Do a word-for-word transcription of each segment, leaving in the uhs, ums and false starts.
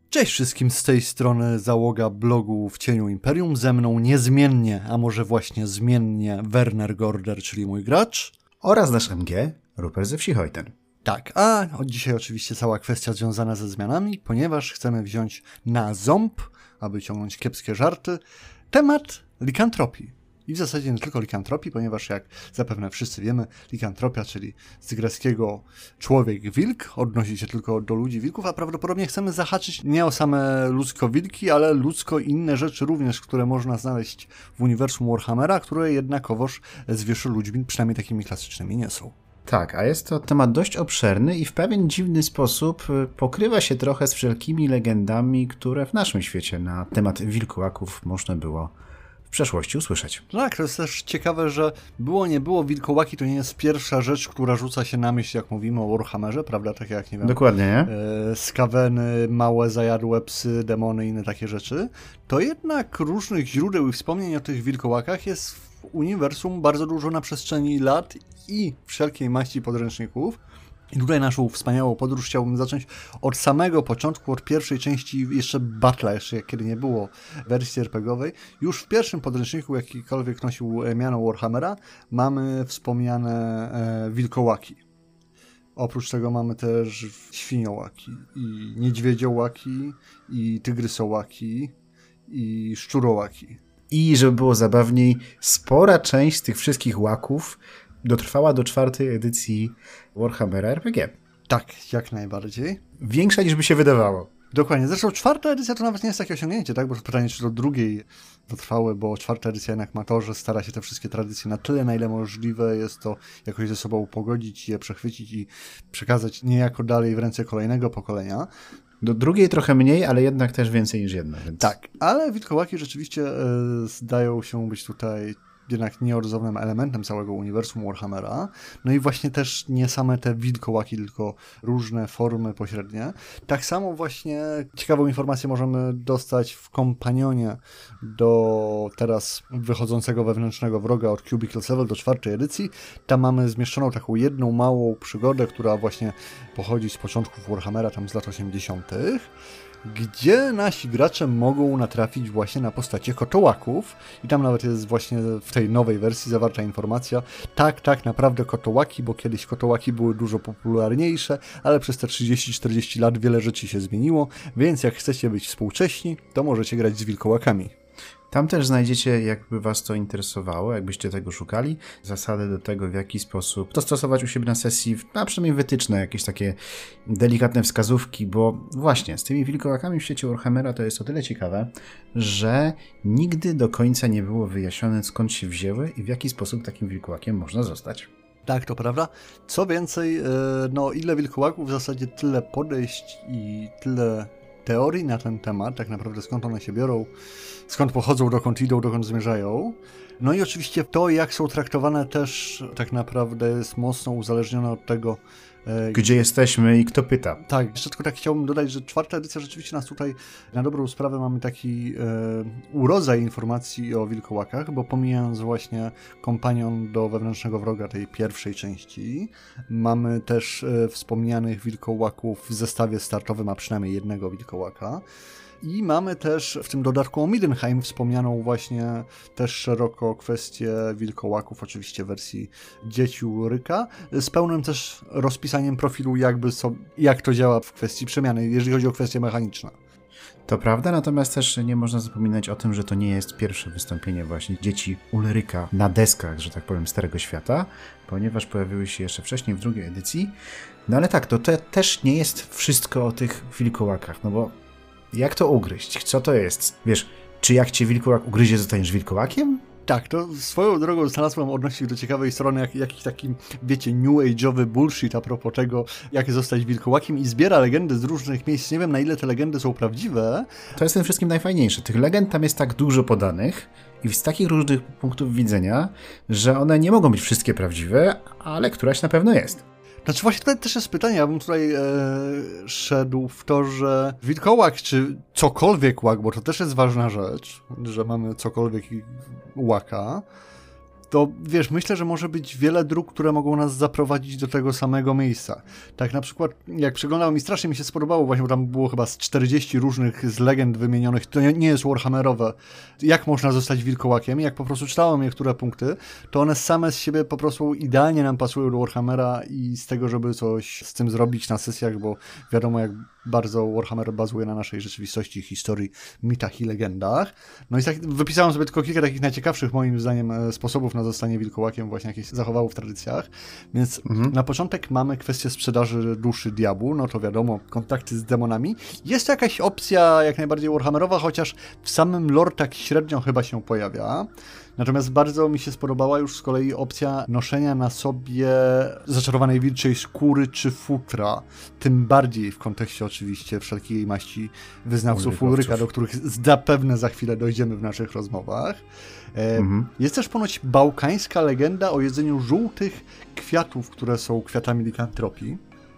Cześć wszystkim, z tej strony załoga blogu W Cieniu Imperium. Ze mną niezmiennie, a może właśnie zmiennie Werner Gorder, czyli mój gracz. Oraz nasz M G, Rupert ze Wsi Hojten. Tak, a od dzisiaj oczywiście cała kwestia związana ze zmianami, ponieważ chcemy wziąć na ząb, aby ciągnąć kiepskie żarty, temat likantropii. I w zasadzie nie tylko likantropii, ponieważ jak zapewne wszyscy wiemy, likantropia, czyli z greckiego człowiek-wilk, odnosi się tylko do ludzi-wilków, a prawdopodobnie chcemy zahaczyć nie o same ludzko-wilki, ale ludzko i inne rzeczy również, które można znaleźć w uniwersum Warhammera, które jednakowoż z wierszu ludźmi, przynajmniej takimi klasycznymi, nie są. Tak, a jest to temat dość obszerny i w pewien dziwny sposób pokrywa się trochę z wszelkimi legendami, które w naszym świecie na temat wilkołaków można było w przeszłości usłyszeć. Tak, to jest też ciekawe, że było nie było, wilkołaki to nie jest pierwsza rzecz, która rzuca się na myśl, jak mówimy o Warhammerze, prawda? Tak jak, nie wiem, dokładnie, nie? E, skaweny, małe zajadłe psy, demony i inne takie rzeczy. To jednak różnych źródeł i wspomnień o tych wilkołakach jest w uniwersum bardzo dużo na przestrzeni lat i wszelkiej maści podręczników. I tutaj naszą wspaniałą podróż chciałbym zacząć od samego początku, od pierwszej części jeszcze Battle'a, jeszcze kiedy nie było wersji er pe gie owej. Już w pierwszym podręczniku, jakikolwiek nosił miano Warhammera, mamy wspomniane e, wilkołaki. Oprócz tego mamy też świniołaki, i niedźwiedziołaki, i tygrysołaki, i szczurołaki. I żeby było zabawniej, spora część z tych wszystkich łaków dotrwała do czwartej edycji Warhammera er pe gie. Tak, jak najbardziej. Większa niż by się wydawało. Dokładnie. Zresztą czwarta edycja to nawet nie jest takie osiągnięcie, tak? Bo to pytanie, czy do drugiej dotrwały, bo czwarta edycja jednak ma to, że stara się te wszystkie tradycje na tyle, na ile możliwe jest to jakoś ze sobą pogodzić, je przechwycić i przekazać niejako dalej w ręce kolejnego pokolenia. Do drugiej trochę mniej, ale jednak też więcej niż jedna. Więc... Tak, ale wilkołaki rzeczywiście e, zdają się być tutaj jednak nieodzownym elementem całego uniwersum Warhammera. No i właśnie też nie same te wilkołaki, tylko różne formy pośrednie. Tak samo właśnie ciekawą informację możemy dostać w kompanionie do teraz wychodzącego wewnętrznego wroga od Cubicle Level do czwartej edycji. Tam mamy zmieszczoną taką jedną małą przygodę, która właśnie pochodzi z początków Warhammera, tam z lat osiemdziesiątych. Gdzie nasi gracze mogą natrafić właśnie na postacie kotołaków i tam nawet jest właśnie w tej nowej wersji zawarta informacja, tak, tak, naprawdę kotołaki, bo kiedyś kotołaki były dużo popularniejsze, ale przez te trzydzieści czterdzieści lat wiele rzeczy się zmieniło, więc jak chcecie być współcześni, to możecie grać z wilkołakami. Tam też znajdziecie, jakby was to interesowało, jakbyście tego szukali, zasady do tego, w jaki sposób to stosować u siebie na sesji, a przynajmniej wytyczne, jakieś takie delikatne wskazówki, bo właśnie z tymi wilkołakami w świecie Warhammera to jest o tyle ciekawe, że nigdy do końca nie było wyjaśnione, skąd się wzięły i w jaki sposób takim wilkołakiem można zostać. Tak, to prawda. Co więcej, no ile wilkołaków, w zasadzie tyle podejść i tyle teorii na ten temat, tak naprawdę skąd one się biorą, skąd pochodzą, dokąd idą, dokąd zmierzają. No i oczywiście to, jak są traktowane, też tak naprawdę jest mocno uzależnione od tego, e, gdzie jesteśmy i kto pyta. Tak, jeszcze tylko tak chciałbym dodać, że czwarta edycja rzeczywiście nas tutaj na dobrą sprawę mamy taki e, urodzaj informacji o wilkołakach, bo pomijając właśnie kompanion do wewnętrznego wroga tej pierwszej części, mamy też e, wspomnianych wilkołaków w zestawie startowym, a przynajmniej jednego wilkołaka. I mamy też w tym dodatku o Middenheim wspomnianą właśnie też szeroko kwestię wilkołaków, oczywiście w wersji dzieci Ulryka, z pełnym też rozpisaniem profilu, jakby so, jak to działa w kwestii przemiany, jeżeli chodzi o kwestie mechaniczne. To prawda, natomiast też nie można zapominać o tym, że to nie jest pierwsze wystąpienie właśnie dzieci Ulryka na deskach, że tak powiem, Starego Świata, ponieważ pojawiły się jeszcze wcześniej w drugiej edycji. No ale tak, to te, też nie jest wszystko o tych wilkołakach, no bo jak to ugryźć? Co to jest? Wiesz, czy jak cię wilkołak ugryzie, zostaniesz wilkołakiem? Tak, to swoją drogą znalazłem odnośnik do ciekawej strony, jak, jakiś taki, wiecie, new age'owy bullshit a propos tego, jak zostać wilkołakiem i zbiera legendy z różnych miejsc. Nie wiem, na ile te legendy są prawdziwe. To jest tym wszystkim najfajniejsze. Tych legend tam jest tak dużo podanych i z takich różnych punktów widzenia, że one nie mogą być wszystkie prawdziwe, ale któraś na pewno jest. Znaczy właśnie tutaj też jest pytanie, ja bym tutaj e, szedł w to, że wilkołak czy cokolwiek łak, bo to też jest ważna rzecz, że mamy cokolwiek łaka, to wiesz, myślę, że może być wiele dróg, które mogą nas zaprowadzić do tego samego miejsca. Tak na przykład, jak przeglądałem i strasznie mi się spodobało, właśnie, bo tam było chyba z czterdzieści różnych z legend wymienionych, to nie jest Warhammerowe, jak można zostać wilkołakiem, jak po prostu czytałem niektóre punkty, to one same z siebie po prostu idealnie nam pasują do Warhammera i z tego, żeby coś z tym zrobić na sesjach, bo wiadomo, jak bardzo Warhammer bazuje na naszej rzeczywistości, historii, mitach i legendach. No i tak wypisałem sobie tylko kilka takich najciekawszych moim zdaniem sposobów na zostanie wilkołakiem, właśnie jakieś zachowało w tradycjach. Więc mhm. na początek mamy kwestię sprzedaży duszy diabłu, no to wiadomo, kontakty z demonami. Jest to jakaś opcja jak najbardziej Warhammerowa, chociaż w samym lore tak średnio chyba się pojawia. Natomiast bardzo mi się spodobała już z kolei opcja noszenia na sobie zaczarowanej wilczej skóry czy futra. Tym bardziej w kontekście oczywiście wszelkiej maści wyznawców Ulryka, do których zapewne za chwilę dojdziemy w naszych rozmowach. Mhm. Jest też ponoć bałkańska legenda o jedzeniu żółtych kwiatów, które są kwiatami likantropii.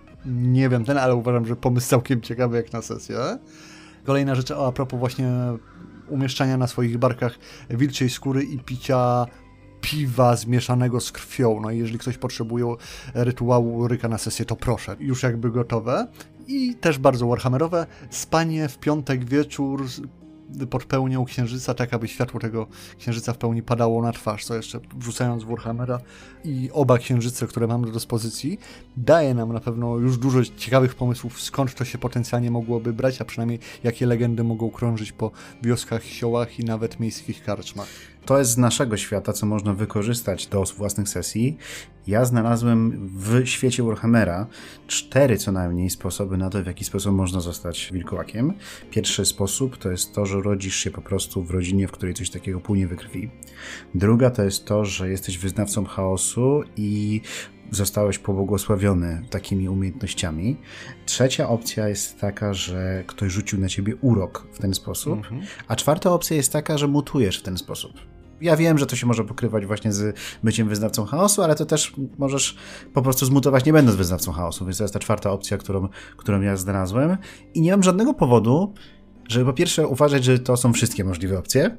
Nie wiem ten, ale uważam, że pomysł całkiem ciekawy jak na sesję. Kolejna rzecz a propos właśnie umieszczania na swoich barkach wilczej skóry i picia piwa zmieszanego z krwią. No i jeżeli ktoś potrzebuje rytuału Ulryka na sesję, to proszę. Już jakby gotowe. I też bardzo warhammerowe. Spanie w piątek wieczór pod pełnią księżyca, tak aby światło tego księżyca w pełni padało na twarz, co jeszcze wrzucając w Warhammera i oba księżyce, które mamy do dyspozycji, daje nam na pewno już dużo ciekawych pomysłów, skąd to się potencjalnie mogłoby brać, a przynajmniej jakie legendy mogą krążyć po wioskach, siołach i nawet miejskich karczmach. To jest z naszego świata, co można wykorzystać do własnych sesji. Ja znalazłem w świecie Warhammera cztery co najmniej sposoby na to, w jaki sposób można zostać wilkołakiem. Pierwszy sposób to jest to, że rodzisz się po prostu w rodzinie, w której coś takiego płynie we krwi. Druga to jest to, że jesteś wyznawcą chaosu i zostałeś pobłogosławiony takimi umiejętnościami. Trzecia opcja jest taka, że ktoś rzucił na ciebie urok w ten sposób, mhm. a czwarta opcja jest taka, że mutujesz w ten sposób. Ja wiem, że to się może pokrywać właśnie z byciem wyznawcą chaosu, ale to też możesz po prostu zmutować nie będąc wyznawcą chaosu, więc to jest ta czwarta opcja, którą, którą ja znalazłem i nie mam żadnego powodu, żeby po pierwsze uważać, że to są wszystkie możliwe opcje,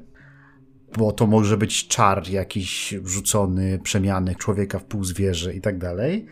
bo to może być czar jakiś rzucony, przemiany człowieka w pół zwierzę i tak dalej,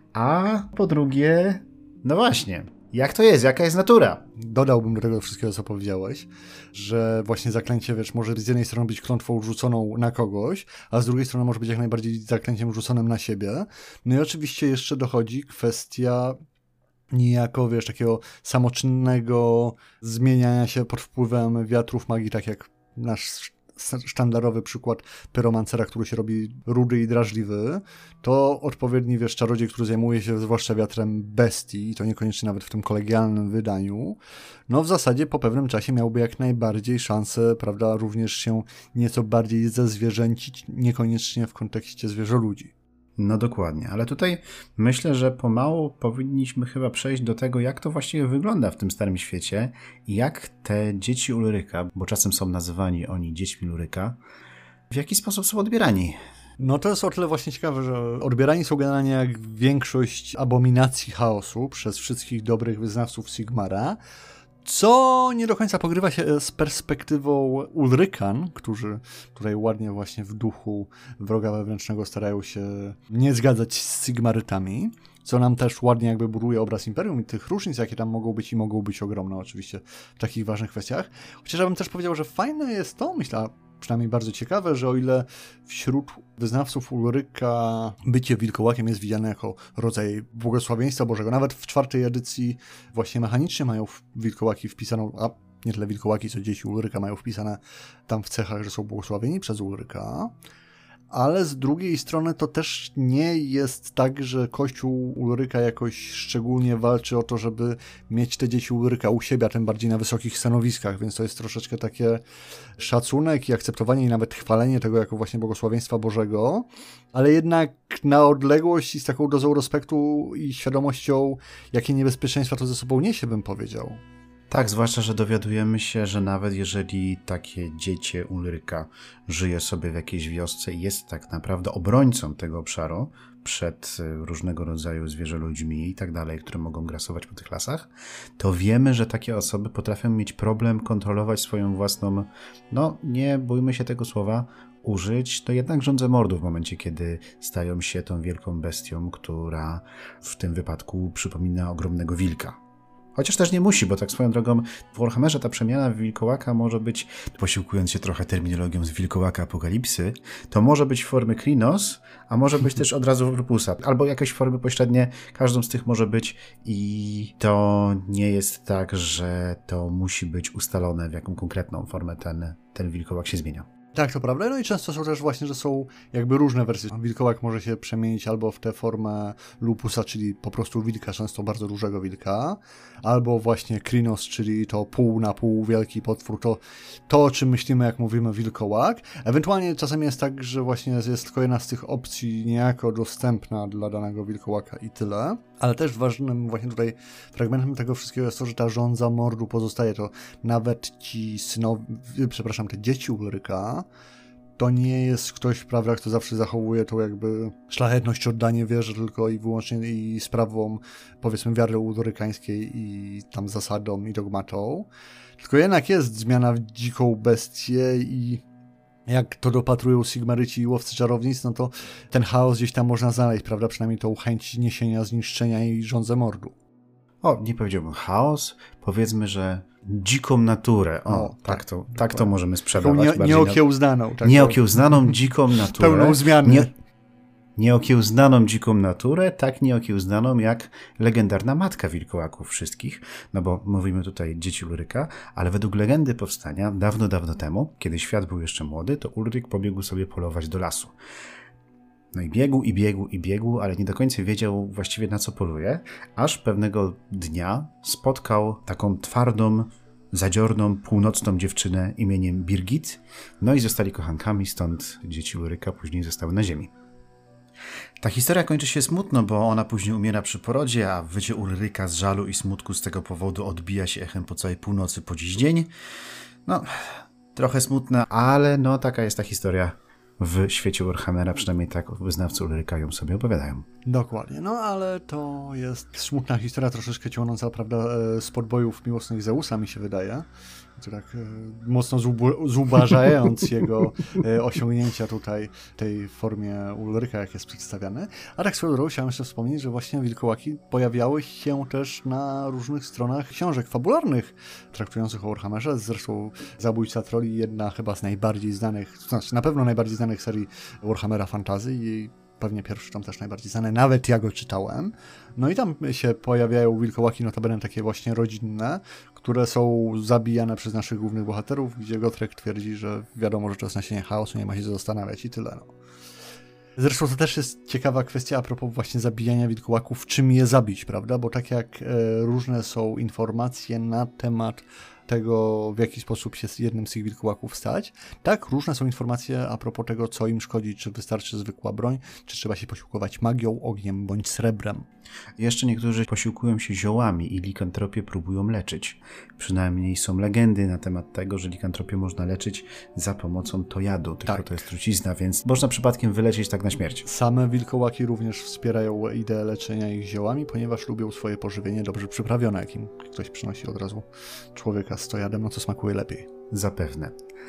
a po drugie, no właśnie, jak to jest, jaka jest natura? Dodałbym do tego wszystkiego, co powiedziałeś, że właśnie zaklęcie, wiesz, może z jednej strony być klątwą rzuconą na kogoś, a z drugiej strony może być jak najbardziej zaklęciem rzuconym na siebie. No i oczywiście jeszcze dochodzi kwestia niejako, wiesz, takiego samoczynnego zmieniania się pod wpływem wiatrów magii, tak jak nasz sztandarowy przykład pyromancera, który się robi rudy i drażliwy, to odpowiedni, wiesz, czarodziej, który zajmuje się zwłaszcza wiatrem bestii, i to niekoniecznie nawet w tym kolegialnym wydaniu, no w zasadzie po pewnym czasie miałby jak najbardziej szansę, prawda, również się nieco bardziej zezwierzęcić, niekoniecznie w kontekście zwierzoludzi. No dokładnie, ale tutaj myślę, że pomału powinniśmy chyba przejść do tego, jak to właściwie wygląda w tym starym świecie i jak te dzieci Ulryka, bo czasem są nazywani oni dziećmi Ulryka, w jaki sposób są odbierani. No to jest o tyle właśnie ciekawe, że odbierani są generalnie jak większość abominacji chaosu przez wszystkich dobrych wyznawców Sigmara, co nie do końca pogrywa się z perspektywą Ulrykan, którzy tutaj ładnie właśnie w duchu wroga wewnętrznego starają się nie zgadzać z Sigmarytami, co nam też ładnie jakby buduje obraz Imperium i tych różnic, jakie tam mogą być i mogą być ogromne oczywiście w takich ważnych kwestiach. Chociaż ja bym też powiedział, że fajne jest to, myślę, przynajmniej bardzo ciekawe, że o ile wśród wyznawców Ulryka bycie wilkołakiem jest widziane jako rodzaj błogosławieństwa Bożego. Nawet w czwartej edycji właśnie mechanicznie mają wilkołaki wpisaną, a nie tyle wilkołaki, co dzieci Ulryka mają wpisane tam w cechach, że są błogosławieni przez Ulryka. Ale z drugiej strony to też nie jest tak, że Kościół Ulryka jakoś szczególnie walczy o to, żeby mieć te dzieci Ulryka u siebie, a tym bardziej na wysokich stanowiskach, więc to jest troszeczkę takie szacunek i akceptowanie i nawet chwalenie tego jako właśnie błogosławieństwa Bożego, ale jednak na odległość i z taką dozą respektu i świadomością, jakie niebezpieczeństwa to ze sobą niesie, bym powiedział. Tak, zwłaszcza, że dowiadujemy się, że nawet jeżeli takie dziecię Ulryka żyje sobie w jakiejś wiosce i jest tak naprawdę obrońcą tego obszaru przed różnego rodzaju zwierzoludźmi i tak dalej, które mogą grasować po tych lasach, to wiemy, że takie osoby potrafią mieć problem kontrolować swoją własną, no nie bójmy się tego słowa, użyć, to jednak żądzę mordu w momencie, kiedy stają się tą wielką bestią, która w tym wypadku przypomina ogromnego wilka. Chociaż też nie musi, bo tak swoją drogą w Warhammerze ta przemiana w wilkołaka może być, posiłkując się trochę terminologią z wilkołaka apokalipsy, to może być w formy Krynos, a może być też od razu Rupusa, albo jakieś formy pośrednie, każdą z tych może być i to nie jest tak, że to musi być ustalone, w jaką konkretną formę ten, ten wilkołak się zmienia. Tak, to prawda. No i często są też właśnie, że są jakby różne wersje. Wilkołak może się przemienić albo w tę formę lupusa, czyli po prostu wilka, często bardzo dużego wilka, albo właśnie Krynos, czyli to pół na pół wielki potwór, to, to o czym myślimy, jak mówimy wilkołak. Ewentualnie czasem jest tak, że właśnie jest tylko jedna z tych opcji niejako dostępna dla danego wilkołaka i tyle. Ale też ważnym właśnie tutaj fragmentem tego wszystkiego jest to, że ta żądza mordu pozostaje. To nawet ci synowie, przepraszam, te dzieci Ulryka, to nie jest ktoś, prawda, kto zawsze zachowuje tą jakby szlachetność, oddanie wierze tylko i wyłącznie i sprawą, powiedzmy, wiary ulrykańskiej i tam zasadą i dogmatą. Tylko jednak jest zmiana w dziką bestię i jak to dopatrują Sigmaryci i łowcy czarownic, no to ten chaos gdzieś tam można znaleźć, prawda? Przynajmniej tą chęć niesienia, zniszczenia i żądzę mordu. O, nie powiedziałbym chaos, powiedzmy, że dziką naturę. O, o tak, tak, to, tak to możemy sprzedawać. Nie, nieokiełznaną. Tak nieokiełznaną dziką naturę. Pełną zmiany. Nie, nieokiełznaną dziką naturę, tak nieokiełznaną jak legendarna matka wilkołaków wszystkich, no bo mówimy tutaj dzieci Ulryka, ale według legendy powstania dawno, dawno temu, kiedy świat był jeszcze młody, to Ulryk pobiegł sobie polować do lasu. No i biegł, i biegł, i biegł, ale nie do końca wiedział właściwie na co poluje, aż pewnego dnia spotkał taką twardą, zadziorną, północną dziewczynę imieniem Birgit, no i zostali kochankami, stąd dzieci Ulryka później zostały na ziemi. Ta historia kończy się smutno, bo ona później umiera przy porodzie, a wycie Ulryka z żalu i smutku z tego powodu odbija się echem po całej północy po dziś dzień. No, trochę smutna, ale no taka jest ta historia w świecie Warhammera, przynajmniej tak wyznawcy Ulryka ją sobie opowiadają. Dokładnie, no ale to jest smutna historia, troszeczkę ciągnąca, prawda, z podbojów miłosnych Zeusa, mi się wydaje. To tak e, mocno zubu- zubażając jego e, osiągnięcia tutaj w tej formie Ulryka, jak jest przedstawiany. A tak swoją drogą chciałem jeszcze wspomnieć, że właśnie wilkołaki pojawiały się też na różnych stronach książek fabularnych traktujących o Warhammerze. Zresztą Zabójca Trolli, jedna chyba z najbardziej znanych, to znaczy na pewno najbardziej znanych serii Warhammera Fantasy i pewnie pierwszy tam też najbardziej znany, nawet ja go czytałem. No i tam się pojawiają wilkołaki, notabene takie właśnie rodzinne, które są zabijane przez naszych głównych bohaterów, gdzie Gotrek twierdzi, że wiadomo, że to jest nasienie chaosu, nie ma się zastanawiać i tyle. No. Zresztą to też jest ciekawa kwestia a propos właśnie zabijania wilkołaków, czym je zabić, prawda? Bo tak jak e, różne są informacje na temat tego, w jaki sposób się jednym z tych wilkołaków stać, tak różne są informacje a propos tego, co im szkodzi, czy wystarczy zwykła broń, czy trzeba się posiłkować magią, ogniem bądź srebrem. Jeszcze niektórzy posiłkują się ziołami i likantropię próbują leczyć. Przynajmniej są legendy na temat tego, że likantropię można leczyć za pomocą tojadu, tylko tak. To jest trucizna, więc można przypadkiem wyleczyć tak na śmierć. Same wilkołaki również wspierają ideę leczenia ich ziołami, ponieważ lubią swoje pożywienie dobrze przyprawione, jakim ktoś przynosi od razu człowieka z tojadem, no to smakuje lepiej. Zapewne.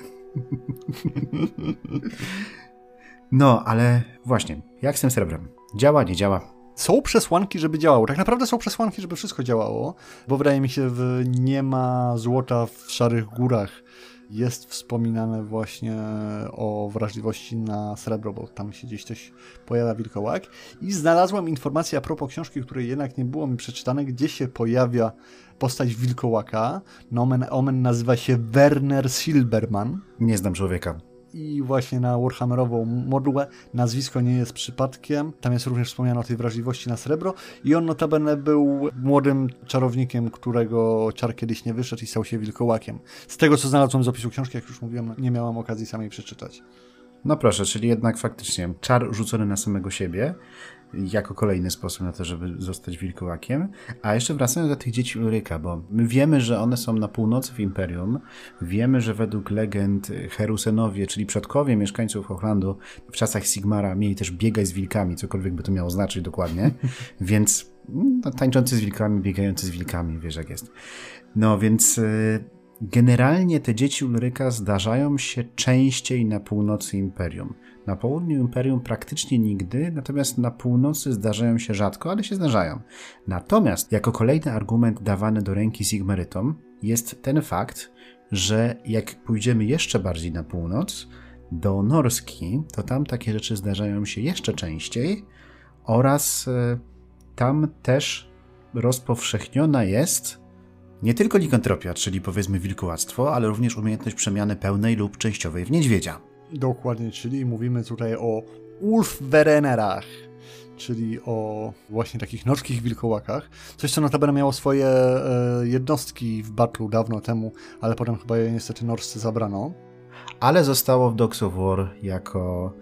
No, ale właśnie, jak z tym srebrem? Działa, nie działa? Są przesłanki, żeby działało. Tak naprawdę są przesłanki, żeby wszystko działało, bo wydaje mi się, że nie ma złota w szarych górach. Jest wspominane właśnie o wrażliwości na srebro, bo tam się gdzieś coś pojawia wilkołak. I znalazłam informację a propos książki, której jednak nie było mi przeczytane, gdzie się pojawia postać wilkołaka. Nomen omen nazywa się Werner Silberman. Nie znam człowieka. I właśnie na Warhammerową modłę nazwisko nie jest przypadkiem. Tam jest również wspomniane o tej wrażliwości na srebro i on notabene był młodym czarownikiem, którego czar kiedyś nie wyszedł i stał się wilkołakiem. Z tego, co znalazłem z opisu książki, jak już mówiłem, nie miałam okazji samej przeczytać. No proszę, czyli jednak faktycznie czar rzucony na samego siebie jako kolejny sposób na to, żeby zostać wilkołakiem. A jeszcze wracając do tych dzieci Ulryka, bo my wiemy, że one są na północy w Imperium. Wiemy, że według legend Herusenowie, czyli przodkowie mieszkańców Hochlandu w czasach Sigmara mieli też biegać z wilkami, cokolwiek by to miało znaczyć dokładnie. Więc no, tańczący z wilkami, biegający z wilkami, wiesz jak jest. No więc y, generalnie te dzieci Ulryka zdarzają się częściej na północy Imperium. Na południu Imperium praktycznie nigdy, natomiast na północy zdarzają się rzadko, ale się zdarzają. Natomiast jako kolejny argument dawany do ręki Sigmarytom jest ten fakt, że jak pójdziemy jeszcze bardziej na północ, do Norski, to tam takie rzeczy zdarzają się jeszcze częściej oraz y, tam też rozpowszechniona jest nie tylko likantropia, czyli powiedzmy wilkołactwo, ale również umiejętność przemiany pełnej lub częściowej w niedźwiedzia. Dokładnie, czyli mówimy tutaj o Ulfwerenerach, czyli o właśnie takich norskich wilkołakach. Coś, co notabene miało swoje e, jednostki w battlu dawno temu, ale potem chyba je niestety norscy zabrano. Ale zostało w Dogs of War jako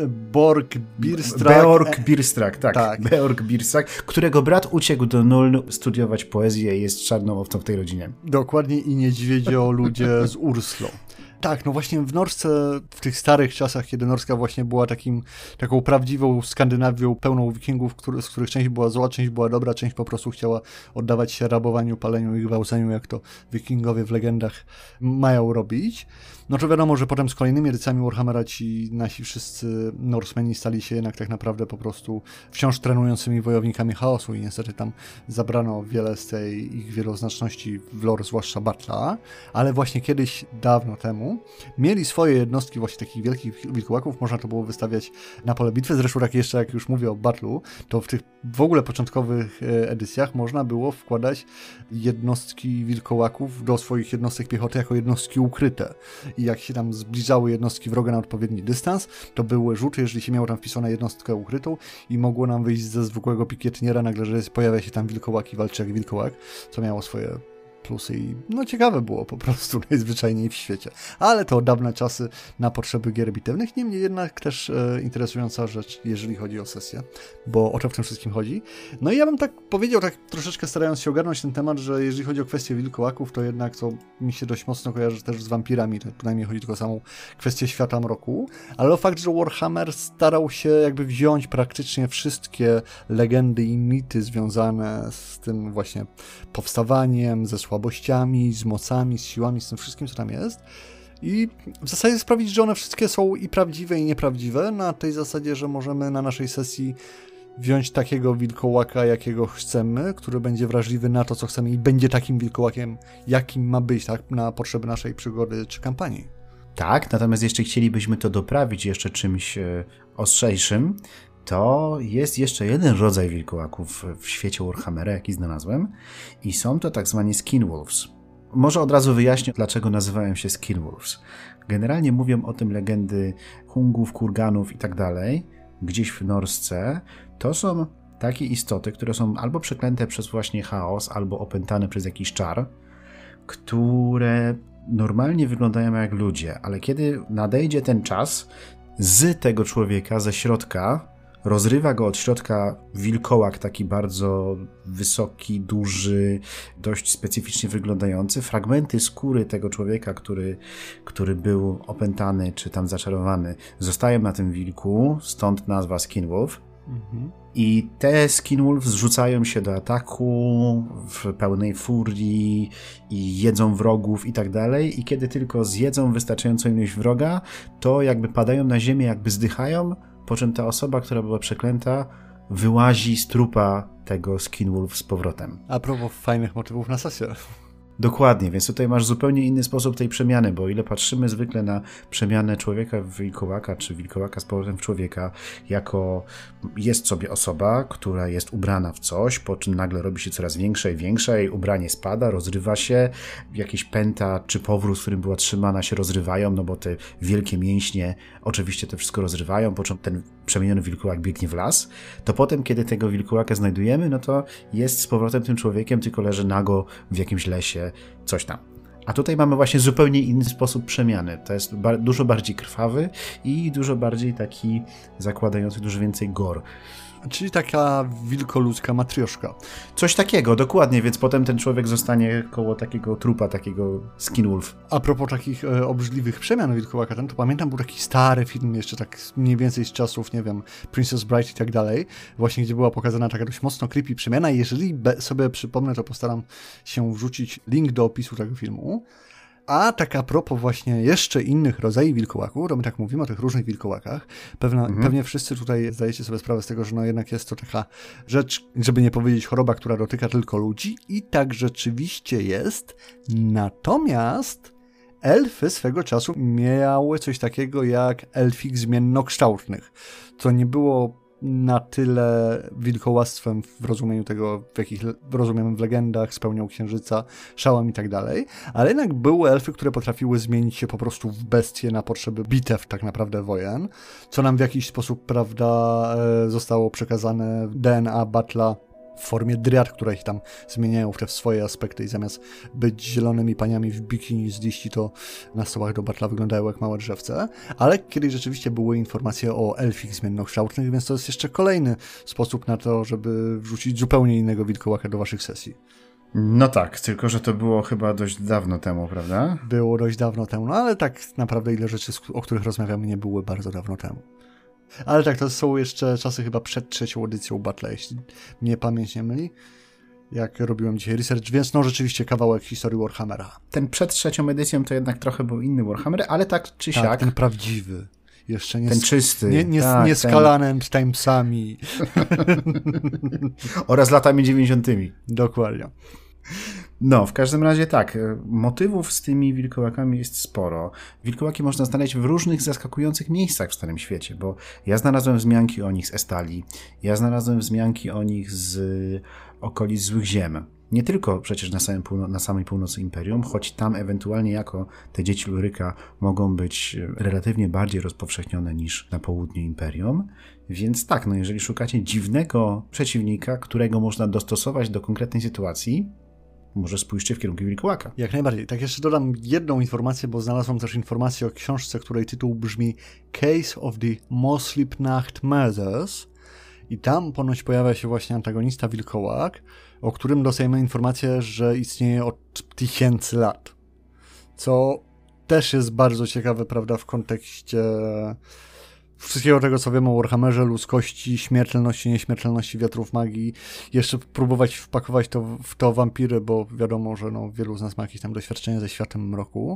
Borg Birstrak. Beorg Birstrak, tak. tak. Beorg Birstrak, którego brat uciekł do Nuln studiować poezję i jest czarną owcą w tej rodzinie. Dokładnie, i niedźwiedzio ludzie z Urslo. Tak, no właśnie w Norsce, w tych starych czasach, kiedy Norska właśnie była takim, taką prawdziwą Skandynawią pełną wikingów, który, z których część była zła, część była dobra, część po prostu chciała oddawać się rabowaniu, paleniu i gwałceniu, jak to wikingowie w legendach mają robić. No to wiadomo, że potem z kolejnymi edycjami Warhammera ci nasi wszyscy Norsemeni stali się jednak tak naprawdę po prostu wciąż trenującymi wojownikami chaosu i niestety tam zabrano wiele z tej ich wieloznaczności w lore, zwłaszcza Battla, ale właśnie kiedyś, dawno temu, mieli swoje jednostki właśnie takich wielkich wilkołaków, można to było wystawiać na pole bitwy, zresztą tak jeszcze jak już mówię o Battlu, to w tych w ogóle początkowych edycjach można było wkładać jednostki wilkołaków do swoich jednostek piechoty jako jednostki ukryte. I jak się tam zbliżały jednostki wroga na odpowiedni dystans, to były rzuty, jeżeli się miało tam wpisane jednostkę ukrytą i mogło nam wyjść ze zwykłego pikietniera nagle, że pojawia się tam wilkołak i walczy jak wilkołak, co miało swoje plusy i no ciekawe było po prostu najzwyczajniej w świecie. Ale to dawne czasy na potrzeby gier bitewnych, niemniej jednak też e, interesująca rzecz, jeżeli chodzi o sesję, bo o to w tym wszystkim chodzi. No i ja bym tak powiedział, tak troszeczkę starając się ogarnąć ten temat, że jeżeli chodzi o kwestię wilkołaków, to jednak to mi się dość mocno kojarzy też z wampirami, to przynajmniej chodzi tylko o samą kwestię świata mroku, ale o fakt, że Warhammer starał się jakby wziąć praktycznie wszystkie legendy i mity związane z tym właśnie powstawaniem, ze słabościami, z mocami, z siłami, z tym wszystkim, co tam jest. I w zasadzie sprawić, że one wszystkie są i prawdziwe, i nieprawdziwe, na tej zasadzie, że możemy na naszej sesji wziąć takiego wilkołaka, jakiego chcemy, który będzie wrażliwy na to, co chcemy i będzie takim wilkołakiem, jakim ma być, tak, na potrzeby naszej przygody czy kampanii. Tak, natomiast jeszcze chcielibyśmy to doprawić jeszcze czymś e, ostrzejszym, to jest jeszcze jeden rodzaj wilkołaków w świecie Warhammera, jaki znalazłem, i są to tak zwani skinwolves. Może od razu wyjaśnię, dlaczego nazywają się skinwolves. Generalnie mówią o tym legendy Hungów, Kurganów i tak dalej, gdzieś w Norsce. To są takie istoty, które są albo przeklęte przez właśnie chaos, albo opętane przez jakiś czar, które normalnie wyglądają jak ludzie, ale kiedy nadejdzie ten czas, z tego człowieka, ze środka, rozrywa go od środka wilkołak, taki bardzo wysoki, duży, dość specyficznie wyglądający. Fragmenty skóry tego człowieka, który, który był opętany czy tam zaczarowany, zostają na tym wilku, stąd nazwa Skinwolf. Mhm. I te Skinwolves zrzucają się do ataku w pełnej furii i jedzą wrogów i tak dalej. I kiedy tylko zjedzą wystarczającą ilość wroga, to jakby padają na ziemię, jakby zdychają, po czym ta osoba, która była przeklęta, wyłazi z trupa tego Skinwolf z powrotem. A propos fajnych motywów na sesję. Dokładnie, więc tutaj masz zupełnie inny sposób tej przemiany, bo o ile patrzymy zwykle na przemianę człowieka w wilkołaka, czy wilkołaka z powrotem w człowieka, jako jest sobie osoba, która jest ubrana w coś, po czym nagle robi się coraz większe i większe, jej ubranie spada, rozrywa się, jakieś pęta czy powrót, w którym była trzymana, się rozrywają, no bo te wielkie mięśnie oczywiście to wszystko rozrywają, po czym ten przemieniony wilkołak biegnie w las, to potem, kiedy tego wilkołaka znajdujemy, no to jest z powrotem tym człowiekiem, tylko leży nago w jakimś lesie, coś tam. A tutaj mamy właśnie zupełnie inny sposób przemiany. To jest ba- dużo bardziej krwawy i dużo bardziej taki zakładający dużo więcej gore. Czyli taka wilkoludzka matrioszka. Coś takiego, dokładnie, więc potem ten człowiek zostanie koło takiego trupa, takiego skinwolf. A propos takich e, obrzydliwych przemian wilkołaka, ten, to pamiętam, był taki stary film jeszcze tak mniej więcej z czasów, nie wiem, Princess Bride i tak dalej, właśnie gdzie była pokazana taka dość mocno creepy przemiana i jeżeli be, sobie przypomnę, to postaram się wrzucić link do opisu tego filmu. A tak a propos właśnie jeszcze innych rodzajów wilkołaków, to my tak mówimy o tych różnych wilkołakach, pewna, mhm. pewnie wszyscy tutaj zdajecie sobie sprawę z tego, że no jednak jest to taka rzecz, żeby nie powiedzieć choroba, która dotyka tylko ludzi i tak rzeczywiście jest, natomiast elfy swego czasu miały coś takiego jak elfik zmiennokształtnych, co nie było na tyle wilkołactwem w rozumieniu tego, w jakich rozumiemy w legendach, z pełnią księżyca, szałem i tak dalej, ale jednak były elfy, które potrafiły zmienić się po prostu w bestie na potrzeby bitew tak naprawdę wojen, co nam w jakiś sposób, prawda, zostało przekazane w D N A Battle'a w formie dryad, które ich tam zmieniają w te swoje aspekty i zamiast być zielonymi paniami w bikini z liści, to na stołach do batla wyglądają jak małe drzewce, ale kiedyś rzeczywiście były informacje o elfich zmiennokształtnych, więc to jest jeszcze kolejny sposób na to, żeby wrzucić zupełnie innego wilkołaka do waszych sesji. No tak, tylko że to było chyba dość dawno temu, prawda? Było dość dawno temu, no ale tak naprawdę ile rzeczy, o których rozmawiamy, nie były bardzo dawno temu. Ale tak, to są jeszcze czasy chyba przed trzecią edycją Battle, jeśli mnie pamięć nie myli, jak robiłem dzisiaj research, więc no rzeczywiście kawałek historii Warhammera. Ten przed trzecią edycją to jednak trochę był inny Warhammer, ale tak czy tak, siak. ten prawdziwy. Jeszcze nie ten czysty. Nie, nie, tak, nie z ten... Kalanem Timesami. Oraz latami dziewięćdziesiątymi. Dokładnie. No, w każdym razie tak, motywów z tymi wilkołakami jest sporo. Wilkołaki można znaleźć w różnych zaskakujących miejscach w Starym Świecie, bo ja znalazłem wzmianki o nich z Estalii, ja znalazłem wzmianki o nich z okolic Złych Ziem. Nie tylko przecież na, samym półno- na samej północy Imperium, choć tam ewentualnie jako te dzieci Luryka mogą być relatywnie bardziej rozpowszechnione niż na południu Imperium. Więc tak, no jeżeli szukacie dziwnego przeciwnika, którego można dostosować do konkretnej sytuacji, może spójrzcie w kierunku wilkołaka. Jak najbardziej. Tak jeszcze dodam jedną informację, bo znalazłem też informację o książce, której tytuł brzmi Case of the Moslipnacht Murders i tam ponoć pojawia się właśnie antagonista wilkołak, o którym dostajemy informację, że istnieje od tysięcy lat. Co też jest bardzo ciekawe, prawda, w kontekście wszystkiego tego, co wiemy o Warhammerze, ludzkości, śmiertelności, nieśmiertelności wiatrów magii. Jeszcze próbować wpakować to w to wampiry, bo wiadomo, że no, wielu z nas ma jakieś tam doświadczenie ze światem mroku.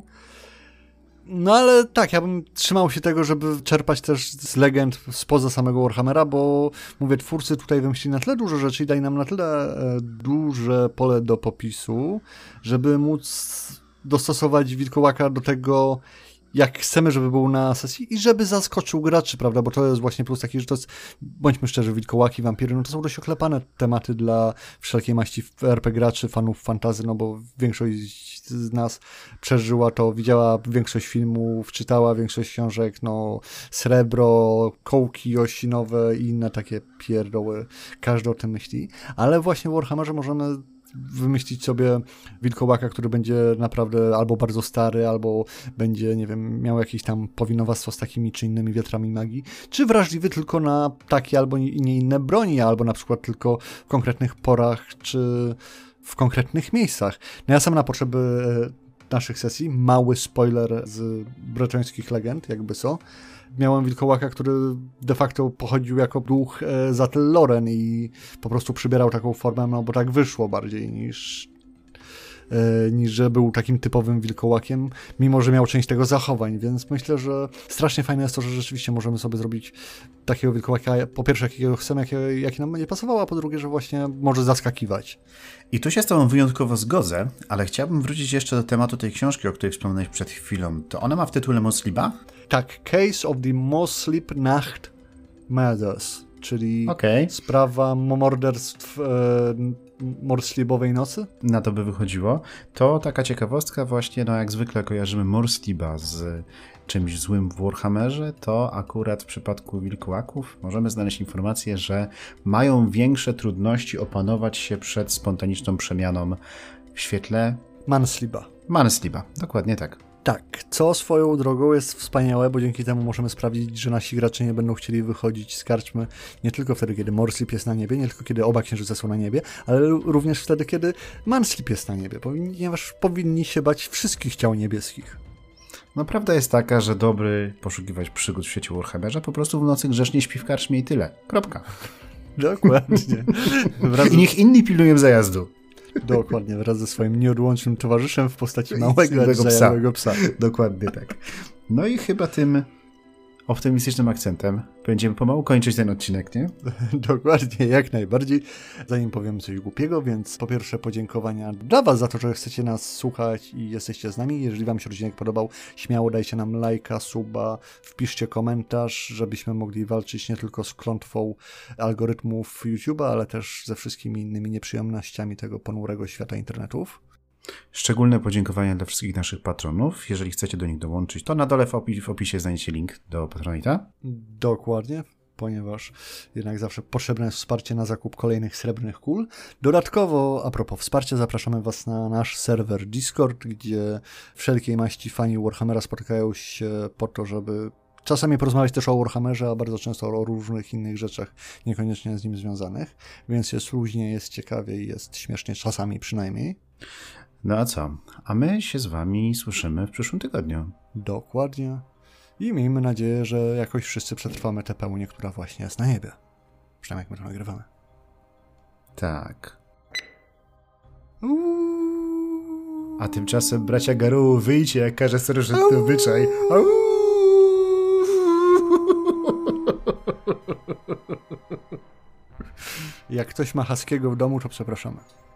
No ale tak, ja bym trzymał się tego, żeby czerpać też z legend spoza samego Warhammera, bo mówię, twórcy tutaj wymyślili na tyle dużo rzeczy i dali nam na tyle e, duże pole do popisu, żeby móc dostosować wilkołaka do tego, jak chcemy, żeby był na sesji i żeby zaskoczył graczy, prawda, bo to jest właśnie plus taki, że to jest, bądźmy szczerzy, wilkołaki, wampiry, no to są dość oklepane tematy dla wszelkiej maści er pe graczy, fanów fantasy, no bo większość z nas przeżyła to, widziała większość filmów, czytała większość książek, no Srebro, Kołki osinowe i inne takie pierdoły, każdy o tym myśli, ale właśnie w Warhammerze możemy wymyślić sobie wilkołaka, który będzie naprawdę albo bardzo stary, albo będzie, nie wiem, miał jakieś tam powinowactwo z takimi czy innymi wiatrami magii, czy wrażliwy tylko na takie albo nie inne broni, albo na przykład tylko w konkretnych porach, czy w konkretnych miejscach. No ja sam na potrzeby naszych sesji, mały spoiler z bretońskich legend, jakby co, miałem wilkołaka, który de facto pochodził jako duch e, z Atel Loren i po prostu przybierał taką formę, no bo tak wyszło bardziej niż, e, niż że był takim typowym wilkołakiem, mimo że miał część tego zachowań, więc myślę, że strasznie fajne jest to, że rzeczywiście możemy sobie zrobić takiego wilkołaka, po pierwsze jakiego chcemy, jaki, jaki nam będzie pasował, a po drugie, że właśnie może zaskakiwać. I tu się z tobą wyjątkowo zgodzę, ale chciałbym wrócić jeszcze do tematu tej książki, o której wspomniałeś przed chwilą. To ona ma w tytule Mosliba? Tak, Case of the Moslipnacht Murders, czyli okay. sprawa morderstw e, Morslibowej nocy. Na to by wychodziło. To taka ciekawostka właśnie, no jak zwykle kojarzymy Morsliba z czymś złym w Warhammerze, to akurat w przypadku wilkołaków możemy znaleźć informację, że mają większe trudności opanować się przed spontaniczną przemianą w świetle Mansliba. Mansliba, dokładnie tak. Tak, co swoją drogą jest wspaniałe, bo dzięki temu możemy sprawdzić, że nasi gracze nie będą chcieli wychodzić z karczmy nie tylko wtedy, kiedy Morsleep jest na niebie, nie tylko kiedy oba księżyce są na niebie, ale również wtedy, kiedy Mansleep jest na niebie, ponieważ powinni się bać wszystkich ciał niebieskich. No prawda jest taka, że dobry poszukiwać przygód w świecie Warhammerze po prostu w nocy grzecznie śpi w karczmie i tyle. Kropka. Dokładnie. Wraz... I niech inni pilnują zajazdu. Dokładnie, wraz ze swoim nieodłącznym towarzyszem w postaci małego psa. psa. Dokładnie tak. No i chyba tym optymistycznym akcentem będziemy pomału kończyć ten odcinek, nie? Dokładnie, jak najbardziej. Zanim powiem coś głupiego, więc po pierwsze podziękowania dla was za to, że chcecie nas słuchać i jesteście z nami. Jeżeli wam się odcinek podobał, śmiało dajcie nam lajka, suba, wpiszcie komentarz, żebyśmy mogli walczyć nie tylko z klątwą algorytmów YouTube'a, ale też ze wszystkimi innymi nieprzyjemnościami tego ponurego świata internetów. Szczególne podziękowania dla wszystkich naszych patronów. Jeżeli chcecie do nich dołączyć, to na dole w, opi- w opisie znajdziecie link do Patronite'a. Dokładnie, ponieważ jednak zawsze potrzebne jest wsparcie na zakup kolejnych srebrnych kul. Dodatkowo, a propos wsparcia, zapraszamy was na nasz serwer Discord, gdzie wszelkiej maści fani Warhammera spotykają się po to, żeby czasami porozmawiać też o Warhammerze, a bardzo często o różnych innych rzeczach niekoniecznie z nim związanych, więc jest luźnie, jest ciekawie i jest śmiesznie, czasami przynajmniej. No a co? A my się z wami słyszymy w przyszłym tygodniu. Dokładnie. I miejmy nadzieję, że jakoś wszyscy przetrwamy tę pełnię, która właśnie jest na niebie. Przynajmniej jak my to nagrywamy. Tak. Uuu. A tymczasem, bracia Garou, wyjdźcie, jak każe starożytny obyczaj. Jak ktoś ma Haskiego w domu, to przepraszamy.